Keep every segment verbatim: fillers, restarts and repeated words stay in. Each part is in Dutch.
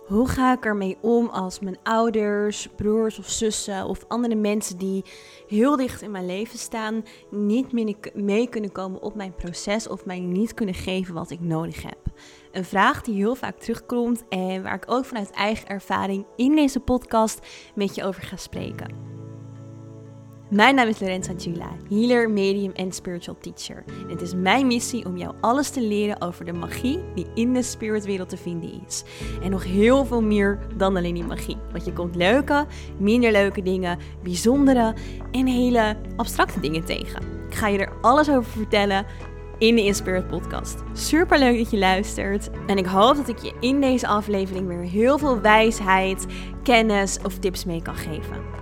Hoe ga ik ermee om als mijn ouders, broers of zussen of andere mensen die heel dicht in mijn leven staan niet meer mee kunnen komen op mijn proces of mij niet kunnen geven wat ik nodig heb? Een vraag die heel vaak terugkomt en waar ik ook vanuit eigen ervaring in deze podcast met je over ga spreken. Mijn naam is Lorenza Giulla, healer, medium en spiritual teacher. En het is mijn missie om jou alles te leren over de magie die in de spiritwereld te vinden is. En nog heel veel meer dan alleen die magie. Want je komt leuke, minder leuke dingen, bijzondere en hele abstracte dingen tegen. Ik ga je er alles over vertellen in de Inspirit podcast. Super leuk dat je luistert. En ik hoop dat ik je in deze aflevering weer heel veel wijsheid, kennis of tips mee kan geven.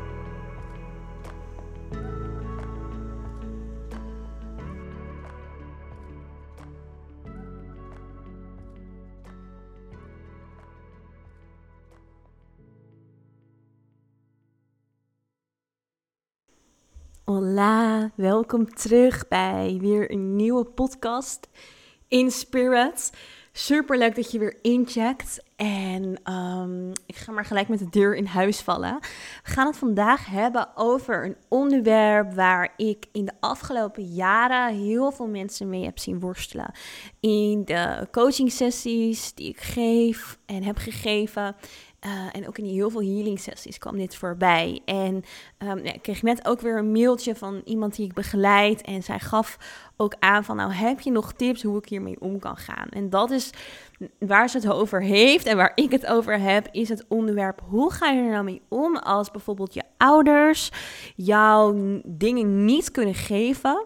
Hola, welkom terug bij weer een nieuwe podcast in Spirit. Super leuk dat je weer incheckt en um, ik ga maar gelijk met de deur in huis vallen. We gaan het vandaag hebben over een onderwerp waar ik in de afgelopen jaren heel veel mensen mee heb zien worstelen. In de coaching sessies die ik geef en heb gegeven. Uh, en ook in heel veel healing sessies kwam dit voorbij. En um, ja, ik kreeg net ook weer een mailtje van iemand die ik begeleid. En zij gaf ook aan van, nou, heb je nog tips hoe ik hiermee om kan gaan? En dat is waar ze het over heeft en waar ik het over heb, is het onderwerp, hoe ga je er nou mee om als bijvoorbeeld je ouders jou dingen niet kunnen geven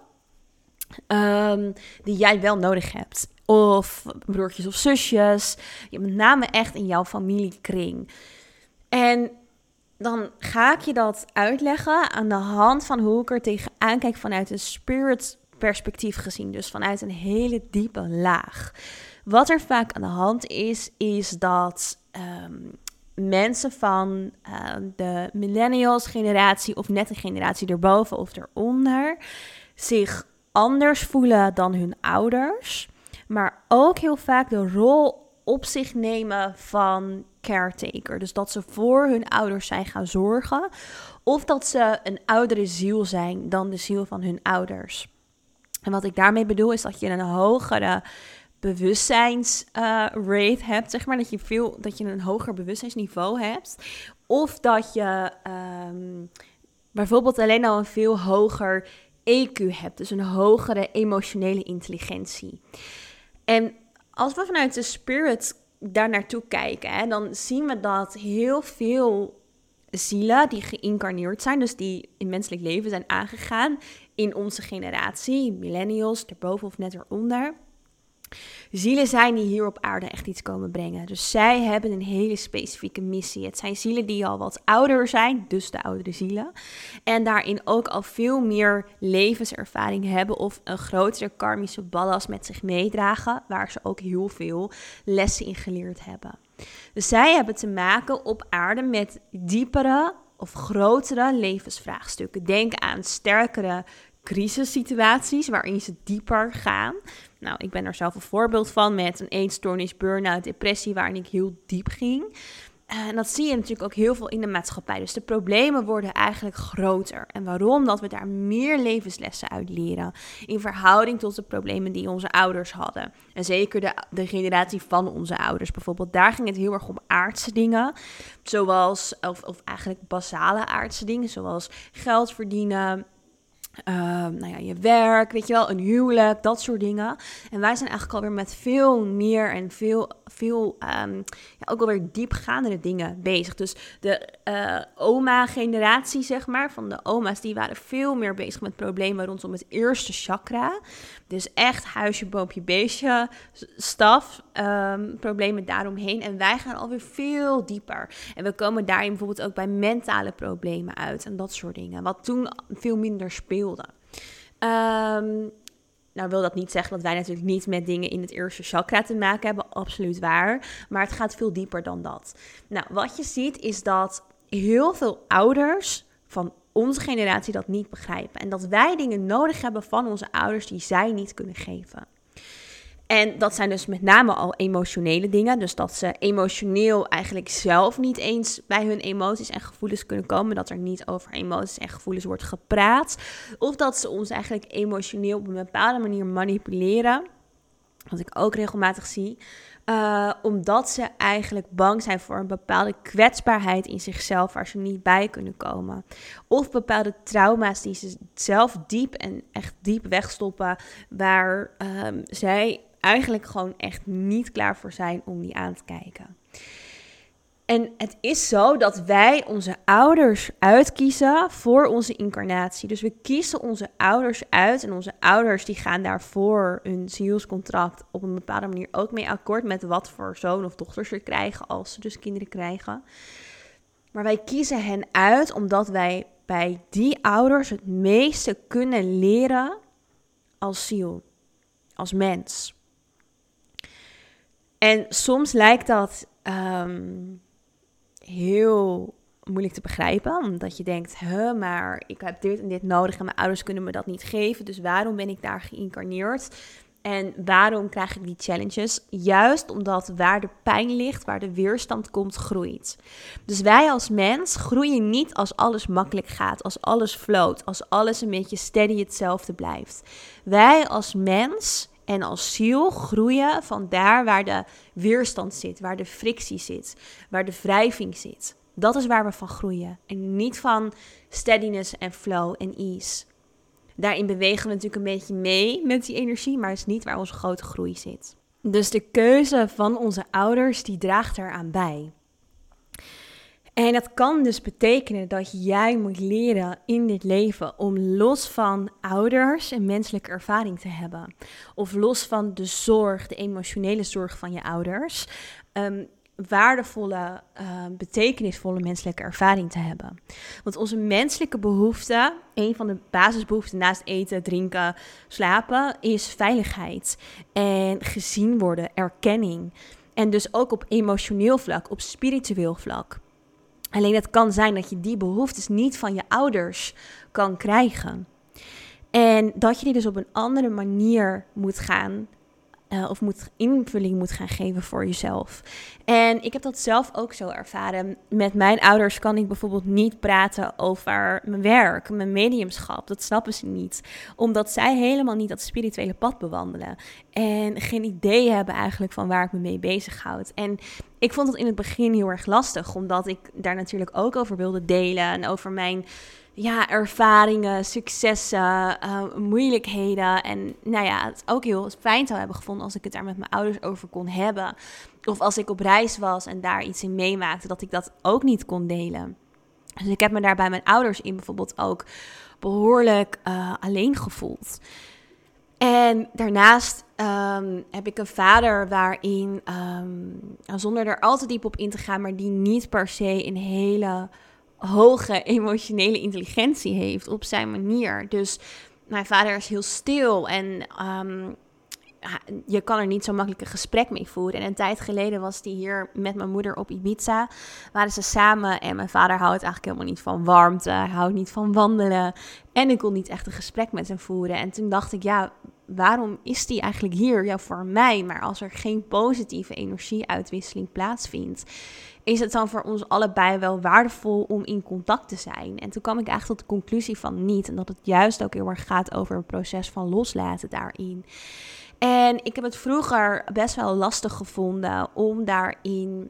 um, die jij wel nodig hebt. Of broertjes of zusjes. Ja, met name echt in jouw familiekring. En dan ga ik je dat uitleggen aan de hand van hoe ik er tegenaan kijk vanuit een spirit perspectief gezien. Dus vanuit een hele diepe laag. Wat er vaak aan de hand is, is dat um, mensen van uh, de millennials generatie of net een generatie erboven of eronder zich anders voelen dan hun ouders. Maar ook heel vaak de rol op zich nemen van caretaker. Dus dat ze voor hun ouders zijn gaan zorgen. Of dat ze een oudere ziel zijn dan de ziel van hun ouders. En wat ik daarmee bedoel is dat je een hogere bewustzijnsrate uh, hebt. Zeg maar dat je, veel, dat je een hoger bewustzijnsniveau hebt. Of dat je um, bijvoorbeeld alleen al een veel hoger E Q hebt. Dus een hogere emotionele intelligentie. En als we vanuit de spirit daar naartoe kijken, hè, dan zien we dat heel veel zielen die geïncarneerd zijn, dus die in menselijk leven zijn aangegaan in onze generatie, millennials, erboven of net eronder, zielen zijn die hier op aarde echt iets komen brengen. Dus zij hebben een hele specifieke missie. Het zijn zielen die al wat ouder zijn, dus de oudere zielen. En daarin ook al veel meer levenservaring hebben of een grotere karmische ballast met zich meedragen, waar ze ook heel veel lessen in geleerd hebben. Dus zij hebben te maken op aarde met diepere of grotere levensvraagstukken. Denk aan sterkere crisissituaties waarin ze dieper gaan. Nou, ik ben er zelf een voorbeeld van met een eetstoornis, burn-out, depressie, waarin ik heel diep ging. En dat zie je natuurlijk ook heel veel in de maatschappij. Dus de problemen worden eigenlijk groter. En waarom? Dat we daar meer levenslessen uit leren. In verhouding tot de problemen die onze ouders hadden. En zeker de, de generatie van onze ouders bijvoorbeeld. Daar ging het heel erg om aardse dingen. Zoals, of, of eigenlijk basale aardse dingen. Zoals geld verdienen. Uh, nou ja, je werk, weet je wel, een huwelijk, dat soort dingen. En wij zijn eigenlijk alweer met veel meer en veel, veel um, ja, ook alweer diepgaandere dingen bezig. Dus de uh, oma-generatie, zeg maar, van de oma's, die waren veel meer bezig met problemen rondom het eerste chakra. Dus echt huisje, boompje, beestje, staf, um, problemen daaromheen. En wij gaan alweer veel dieper. En we komen daarin bijvoorbeeld ook bij mentale problemen uit en dat soort dingen. Wat toen veel minder speelde. Um, nou wil dat niet zeggen dat wij natuurlijk niet met dingen in het eerste chakra te maken hebben. Absoluut waar. Maar het gaat veel dieper dan dat. Nou, wat je ziet is dat heel veel ouders van onze generatie dat niet begrijpen. En dat wij dingen nodig hebben van onze ouders die zij niet kunnen geven. En dat zijn dus met name al emotionele dingen. Dus dat ze emotioneel eigenlijk zelf niet eens bij hun emoties en gevoelens kunnen komen. Dat er niet over emoties en gevoelens wordt gepraat. Of dat ze ons eigenlijk emotioneel op een bepaalde manier manipuleren. Wat ik ook regelmatig zie. Uh, omdat ze eigenlijk bang zijn voor een bepaalde kwetsbaarheid in zichzelf waar ze niet bij kunnen komen. Of bepaalde trauma's die ze zelf diep en echt diep wegstoppen. Waar um, zij eigenlijk gewoon echt niet klaar voor zijn om die aan te kijken. En het is zo dat wij onze ouders uitkiezen voor onze incarnatie. Dus we kiezen onze ouders uit. En onze ouders die gaan daarvoor hun zielscontract op een bepaalde manier ook mee akkoord met wat voor zoon of dochter ze krijgen als ze dus kinderen krijgen. Maar wij kiezen hen uit omdat wij bij die ouders het meeste kunnen leren als ziel, als mens. En soms lijkt dat um, heel moeilijk te begrijpen, omdat je denkt, huh, maar ik heb dit en dit nodig en mijn ouders kunnen me dat niet geven, dus waarom ben ik daar geïncarneerd? En waarom krijg ik die challenges? Juist omdat waar de pijn ligt, waar de weerstand komt, groeit. Dus wij als mens groeien niet als alles makkelijk gaat, als alles float, als alles een beetje steady hetzelfde blijft. Wij als mens en als ziel groeien van daar waar de weerstand zit, waar de frictie zit, waar de wrijving zit. Dat is waar we van groeien en niet van steadiness en flow en ease. Daarin bewegen we natuurlijk een beetje mee met die energie, maar het is niet waar onze grote groei zit. Dus de keuze van onze ouders, die draagt eraan bij. En dat kan dus betekenen dat jij moet leren in dit leven om los van ouders een menselijke ervaring te hebben. Of los van de zorg, de emotionele zorg van je ouders, um, waardevolle, uh, betekenisvolle menselijke ervaring te hebben. Want onze menselijke behoeften, een van de basisbehoeften naast eten, drinken, slapen, is veiligheid. En gezien worden, erkenning. En dus ook op emotioneel vlak, op spiritueel vlak. Alleen het kan zijn dat je die behoeftes niet van je ouders kan krijgen. En dat je die dus op een andere manier moet gaan Uh, of moet, invulling moet gaan geven voor jezelf. En ik heb dat zelf ook zo ervaren. Met mijn ouders kan ik bijvoorbeeld niet praten over mijn werk, mijn mediumschap. Dat snappen ze niet. Omdat zij helemaal niet dat spirituele pad bewandelen. En geen idee hebben eigenlijk van waar ik me mee bezighoud. En ik vond het in het begin heel erg lastig. Omdat ik daar natuurlijk ook over wilde delen. En over mijn ja, ervaringen, successen, uh, moeilijkheden. En nou ja, het ook heel fijn zou hebben gevonden als ik het daar met mijn ouders over kon hebben. Of als ik op reis was en daar iets in meemaakte, dat ik dat ook niet kon delen. Dus ik heb me daar bij mijn ouders in bijvoorbeeld ook behoorlijk uh, alleen gevoeld. En daarnaast um, heb ik een vader waarin, um, zonder er al te diep op in te gaan, maar die niet per se een hele hoge emotionele intelligentie heeft op zijn manier. Dus mijn vader is heel stil en um, je kan er niet zo makkelijk een gesprek mee voeren. En een tijd geleden was hij hier met mijn moeder op Ibiza. Waren ze samen en mijn vader houdt eigenlijk helemaal niet van warmte. Hij houdt niet van wandelen. En ik kon niet echt een gesprek met hem voeren. En toen dacht ik, ja, waarom is die eigenlijk hier? Ja, voor mij. Maar als er geen positieve energieuitwisseling plaatsvindt, is het dan voor ons allebei wel waardevol om in contact te zijn? En toen kwam ik eigenlijk tot de conclusie van niet. En dat het juist ook heel erg gaat over een proces van loslaten daarin. En ik heb het vroeger best wel lastig gevonden om daarin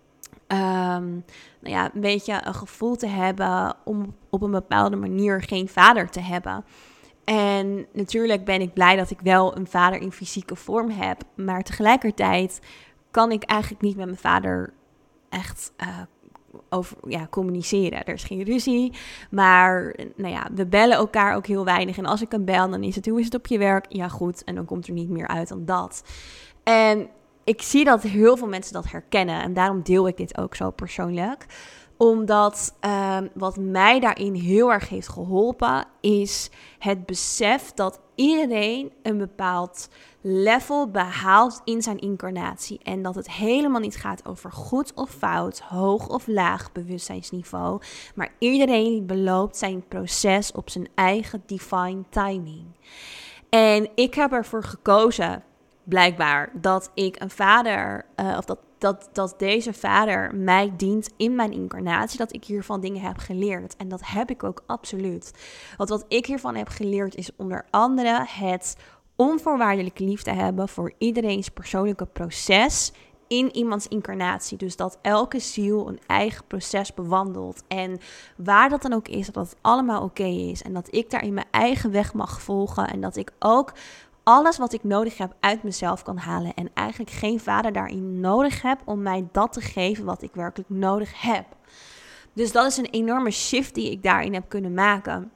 um, nou ja, een beetje een gevoel te hebben om op een bepaalde manier geen vader te hebben. En natuurlijk ben ik blij dat ik wel een vader in fysieke vorm heb. Maar tegelijkertijd kan ik eigenlijk niet met mijn vader echt uh, over, ja, communiceren. Er is geen ruzie, maar nou ja, we bellen elkaar ook heel weinig. En als ik hem bel, dan is het, hoe is het op je werk? Ja, goed. En dan komt er niet meer uit dan dat. En ik zie dat heel veel mensen dat herkennen. En daarom deel ik dit ook zo persoonlijk. Omdat uh, wat mij daarin heel erg heeft geholpen, is het besef dat iedereen een bepaald level behaalt in zijn incarnatie. En dat het helemaal niet gaat over goed of fout, hoog of laag bewustzijnsniveau. Maar iedereen beloopt zijn proces op zijn eigen divine timing. En ik heb ervoor gekozen blijkbaar dat ik een vader, uh, of dat, dat, dat deze vader mij dient in mijn incarnatie, dat ik hiervan dingen heb geleerd. En dat heb ik ook absoluut. Want wat ik hiervan heb geleerd is onder andere het onvoorwaardelijke liefde hebben voor iedereen's persoonlijke proces in iemands incarnatie. Dus dat elke ziel een eigen proces bewandelt. En waar dat dan ook is, dat het allemaal oké is. En dat ik daarin mijn eigen weg mag volgen. En dat ik ook alles wat ik nodig heb uit mezelf kan halen. En eigenlijk geen vader daarin nodig heb om mij dat te geven wat ik werkelijk nodig heb. Dus dat is een enorme shift die ik daarin heb kunnen maken.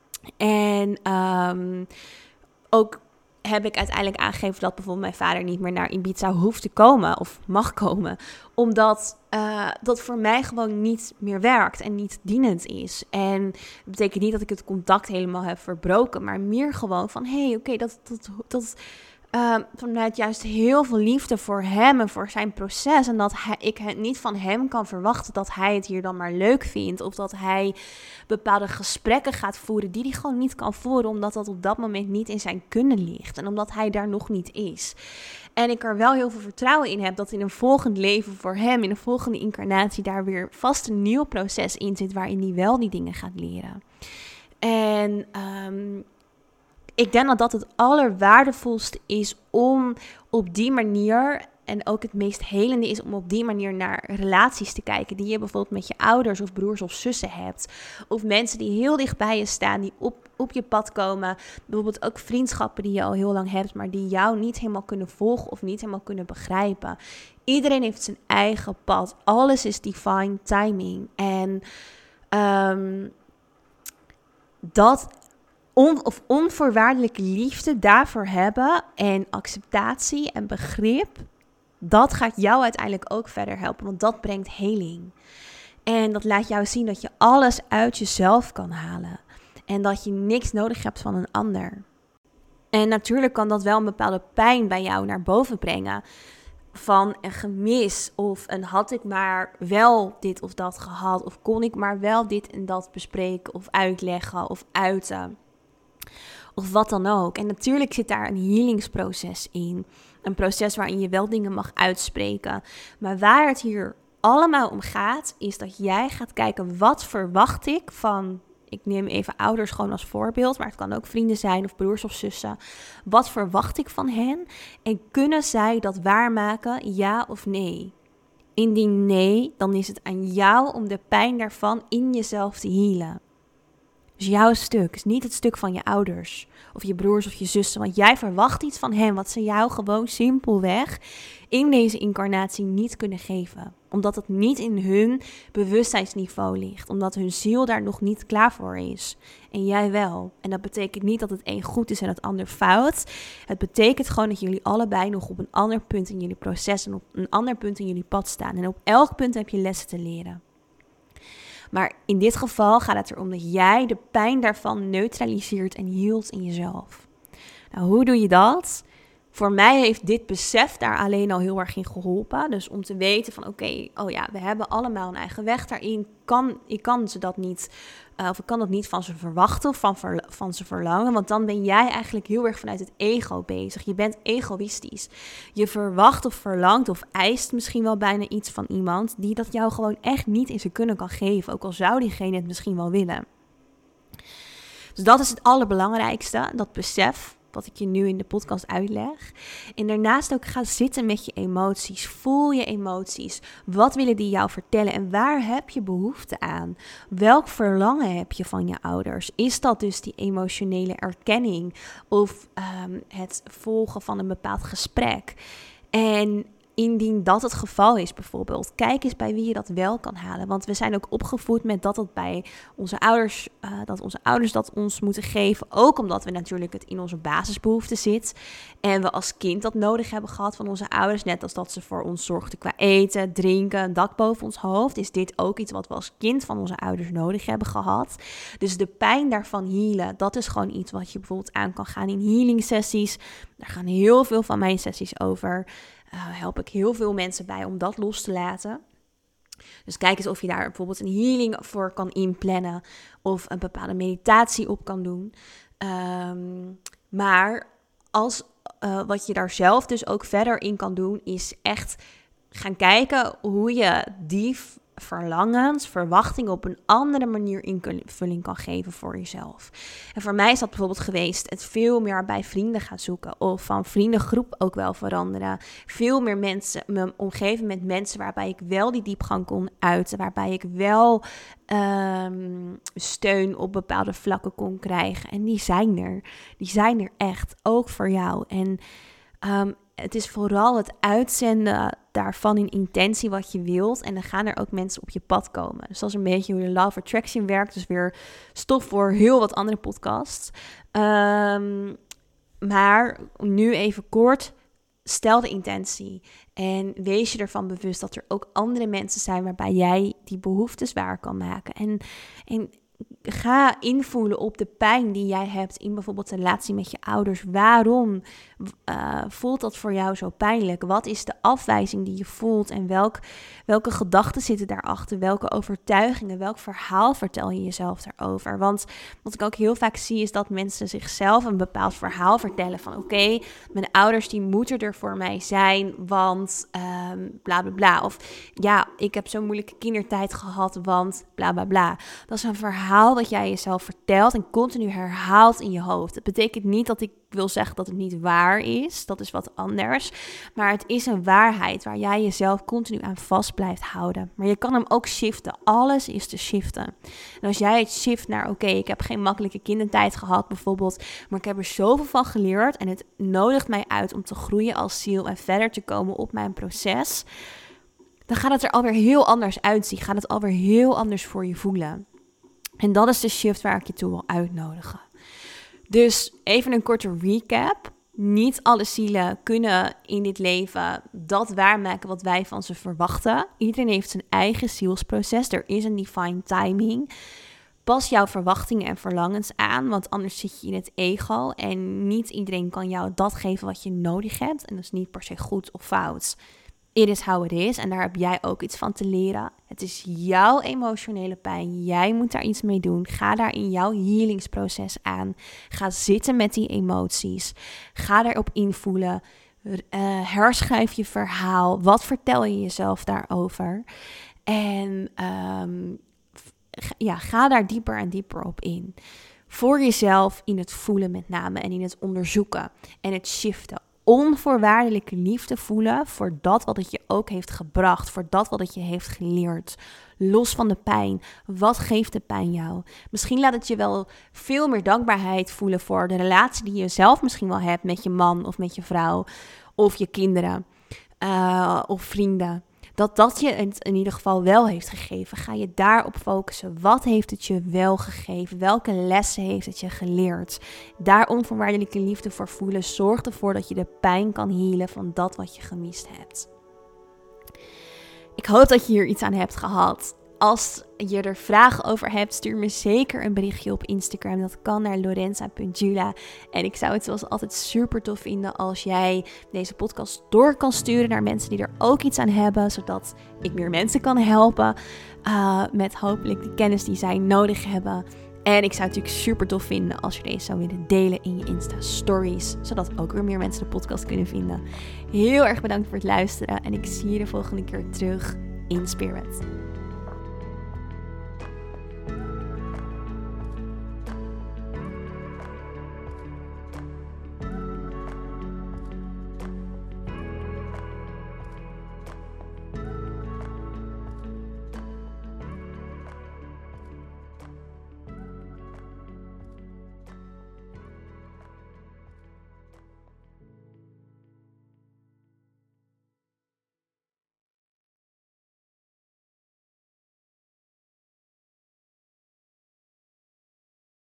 En um, ook heb ik uiteindelijk aangegeven dat bijvoorbeeld mijn vader niet meer naar Ibiza hoeft te komen of mag komen. Omdat uh, dat voor mij gewoon niet meer werkt en niet dienend is. En dat betekent niet dat ik het contact helemaal heb verbroken, maar meer gewoon van, hé, hey, oké, okay, dat, dat, dat uh, vanuit juist heel veel liefde voor hem en voor zijn proces. En dat hij, ik het niet van hem kan verwachten dat hij het hier dan maar leuk vindt. Of dat hij bepaalde gesprekken gaat voeren die hij gewoon niet kan voeren, omdat dat op dat moment niet in zijn kunnen ligt. En omdat hij daar nog niet is. En ik er wel heel veel vertrouwen in heb dat in een volgend leven voor hem, in een volgende incarnatie, daar weer vast een nieuw proces in zit waarin hij wel die dingen gaat leren. En um, ik denk dat dat het allerwaardevolste is om op die manier, en ook het meest helende is om op die manier naar relaties te kijken die je bijvoorbeeld met je ouders of broers of zussen hebt. Of mensen die heel dicht bij je staan, die op, op je pad komen. Bijvoorbeeld ook vriendschappen die je al heel lang hebt, maar die jou niet helemaal kunnen volgen of niet helemaal kunnen begrijpen. Iedereen heeft zijn eigen pad. Alles is divine timing. En um, dat On, of onvoorwaardelijke liefde daarvoor hebben en acceptatie en begrip, dat gaat jou uiteindelijk ook verder helpen, want dat brengt heling. En dat laat jou zien dat je alles uit jezelf kan halen en dat je niks nodig hebt van een ander. En natuurlijk kan dat wel een bepaalde pijn bij jou naar boven brengen, van een gemis of een had ik maar wel dit of dat gehad, of kon ik maar wel dit en dat bespreken of uitleggen of uiten. Of wat dan ook. En natuurlijk zit daar een healingsproces in. Een proces waarin je wel dingen mag uitspreken. Maar waar het hier allemaal om gaat, is dat jij gaat kijken, wat verwacht ik van, ik neem even ouders gewoon als voorbeeld, maar het kan ook vrienden zijn of broers of zussen. Wat verwacht ik van hen? En kunnen zij dat waarmaken, ja of nee? Indien nee, dan is het aan jou om de pijn daarvan in jezelf te healen. Dus jouw stuk is niet het stuk van je ouders of je broers of je zussen. Want jij verwacht iets van hen wat ze jou gewoon simpelweg in deze incarnatie niet kunnen geven. Omdat het niet in hun bewustzijnsniveau ligt. Omdat hun ziel daar nog niet klaar voor is. En jij wel. En dat betekent niet dat het een goed is en het ander fout. Het betekent gewoon dat jullie allebei nog op een ander punt in jullie proces en op een ander punt in jullie pad staan. En op elk punt heb je lessen te leren. Maar in dit geval gaat het erom dat jij de pijn daarvan neutraliseert en hield in jezelf. Nou, hoe doe je dat? Voor mij heeft dit besef daar alleen al heel erg in geholpen. Dus om te weten van oké, okay, oh ja, we hebben allemaal een eigen weg daarin. Kan, ik kan ze dat niet, uh, of ik kan dat niet van ze verwachten of van, ver, van ze verlangen. Want dan ben jij eigenlijk heel erg vanuit het ego bezig. Je bent egoïstisch. Je verwacht of verlangt of eist misschien wel bijna iets van iemand die dat jou gewoon echt niet in zijn kunnen kan geven. Ook al zou diegene het misschien wel willen. Dus dat is het allerbelangrijkste, dat besef, wat ik je nu in de podcast uitleg. En daarnaast ook ga zitten met je emoties. Voel je emoties. Wat willen die jou vertellen? En waar heb je behoefte aan? Welk verlangen heb je van je ouders? Is dat dus die emotionele erkenning? Of um, het volgen van een bepaald gesprek? En indien dat het geval is bijvoorbeeld, kijk eens bij wie je dat wel kan halen. Want we zijn ook opgevoed met dat het bij onze ouders, uh, dat onze ouders dat ons moeten geven. Ook omdat we natuurlijk het in onze basisbehoeften zit. En we als kind dat nodig hebben gehad van onze ouders. Net als dat ze voor ons zorgden qua eten, drinken, een dak boven ons hoofd. Is dit ook iets wat we als kind van onze ouders nodig hebben gehad. Dus de pijn daarvan healen, dat is gewoon iets wat je bijvoorbeeld aan kan gaan in healing sessies. Daar gaan heel veel van mijn sessies over. Uh, help ik heel veel mensen bij om dat los te laten. Dus kijk eens of je daar bijvoorbeeld een healing voor kan inplannen. Of een bepaalde meditatie op kan doen. Um, maar als, uh, wat je daar zelf dus ook verder in kan doen, is echt gaan kijken hoe je die verlangens, verwachtingen op een andere manier invulling kan geven voor jezelf. En voor mij is dat bijvoorbeeld geweest het veel meer bij vrienden gaan zoeken of van vriendengroep ook wel veranderen. Veel meer mensen, me omgeven met mensen waarbij ik wel die diepgang kon uiten, waarbij ik wel um, steun op bepaalde vlakken kon krijgen. En die zijn er. Die zijn er echt, ook voor jou. En um, het is vooral het uitzenden daarvan in intentie wat je wilt. En dan gaan er ook mensen op je pad komen. Dus dat is een beetje hoe de Law of Attraction werkt. Dus weer stof voor heel wat andere podcasts. Um, maar nu even kort, stel de intentie. En wees je ervan bewust dat er ook andere mensen zijn waarbij jij die behoeftes waar kan maken. En, en ga invoelen op de pijn die jij hebt in bijvoorbeeld de relatie met je ouders. Waarom uh, voelt dat voor jou zo pijnlijk? Wat is de afwijzing die je voelt? En welk, welke gedachten zitten daarachter? Welke overtuigingen? Welk verhaal vertel je jezelf daarover? Want wat ik ook heel vaak zie is dat mensen zichzelf een bepaald verhaal vertellen. Van oké, okay, mijn ouders die moeten er voor mij zijn, want um, bla bla bla. Of ja, ik heb zo'n moeilijke kindertijd gehad, want bla bla bla. Dat is een verhaal dat jij jezelf vertelt en continu herhaalt in je hoofd. Dat betekent niet dat ik wil zeggen dat het niet waar is. Dat is wat anders. Maar het is een waarheid waar jij jezelf continu aan vast blijft houden. Maar je kan hem ook shiften. Alles is te shiften. En als jij het shift naar, oké, okay, ik heb geen makkelijke kindertijd gehad bijvoorbeeld, maar ik heb er zoveel van geleerd en het nodigt mij uit om te groeien als ziel en verder te komen op mijn proces, dan gaat het er alweer heel anders uitzien. Gaat het alweer heel anders voor je voelen. En dat is de shift waar ik je toe wil uitnodigen. Dus even een korte recap. Niet alle zielen kunnen in dit leven dat waarmaken wat wij van ze verwachten. Iedereen heeft zijn eigen zielsproces. Er is een divine timing. Pas jouw verwachtingen en verlangens aan, want anders zit je in het ego. En niet iedereen kan jou dat geven wat je nodig hebt. En dat is niet per se goed of fout. It is how it is. En daar heb jij ook iets van te leren. Het is jouw emotionele pijn. Jij moet daar iets mee doen. Ga daar in jouw healingsproces aan. Ga zitten met die emoties. Ga daarop invoelen. Uh, herschrijf je verhaal. Wat vertel je jezelf daarover? En um, ja, ga daar dieper en dieper op in. Voor jezelf in het voelen met name. En in het onderzoeken. En het shiften. Onvoorwaardelijke liefde voelen voor dat wat het je ook heeft gebracht, voor dat wat het je heeft geleerd. Los van de pijn. Wat geeft de pijn jou? Misschien laat het je wel veel meer dankbaarheid voelen voor de relatie die je zelf misschien wel hebt met je man of met je vrouw of je kinderen uh, of vrienden. Dat dat je het in ieder geval wel heeft gegeven. Ga je daarop focussen. Wat heeft het je wel gegeven? Welke lessen heeft het je geleerd? Daar onvoorwaardelijke liefde voor voelen. Zorg ervoor dat je de pijn kan healen van dat wat je gemist hebt. Ik hoop dat je hier iets aan hebt gehad. Als je er vragen over hebt, stuur me zeker een berichtje op Instagram. Dat kan naar lorenza punt jula. En ik zou het zoals altijd super tof vinden als jij deze podcast door kan sturen naar mensen die er ook iets aan hebben. Zodat ik meer mensen kan helpen uh, met hopelijk de kennis die zij nodig hebben. En ik zou het natuurlijk super tof vinden als je deze zou willen delen in je Insta stories. Zodat ook weer meer mensen de podcast kunnen vinden. Heel erg bedankt voor het luisteren. En ik zie je de volgende keer terug in Spirit.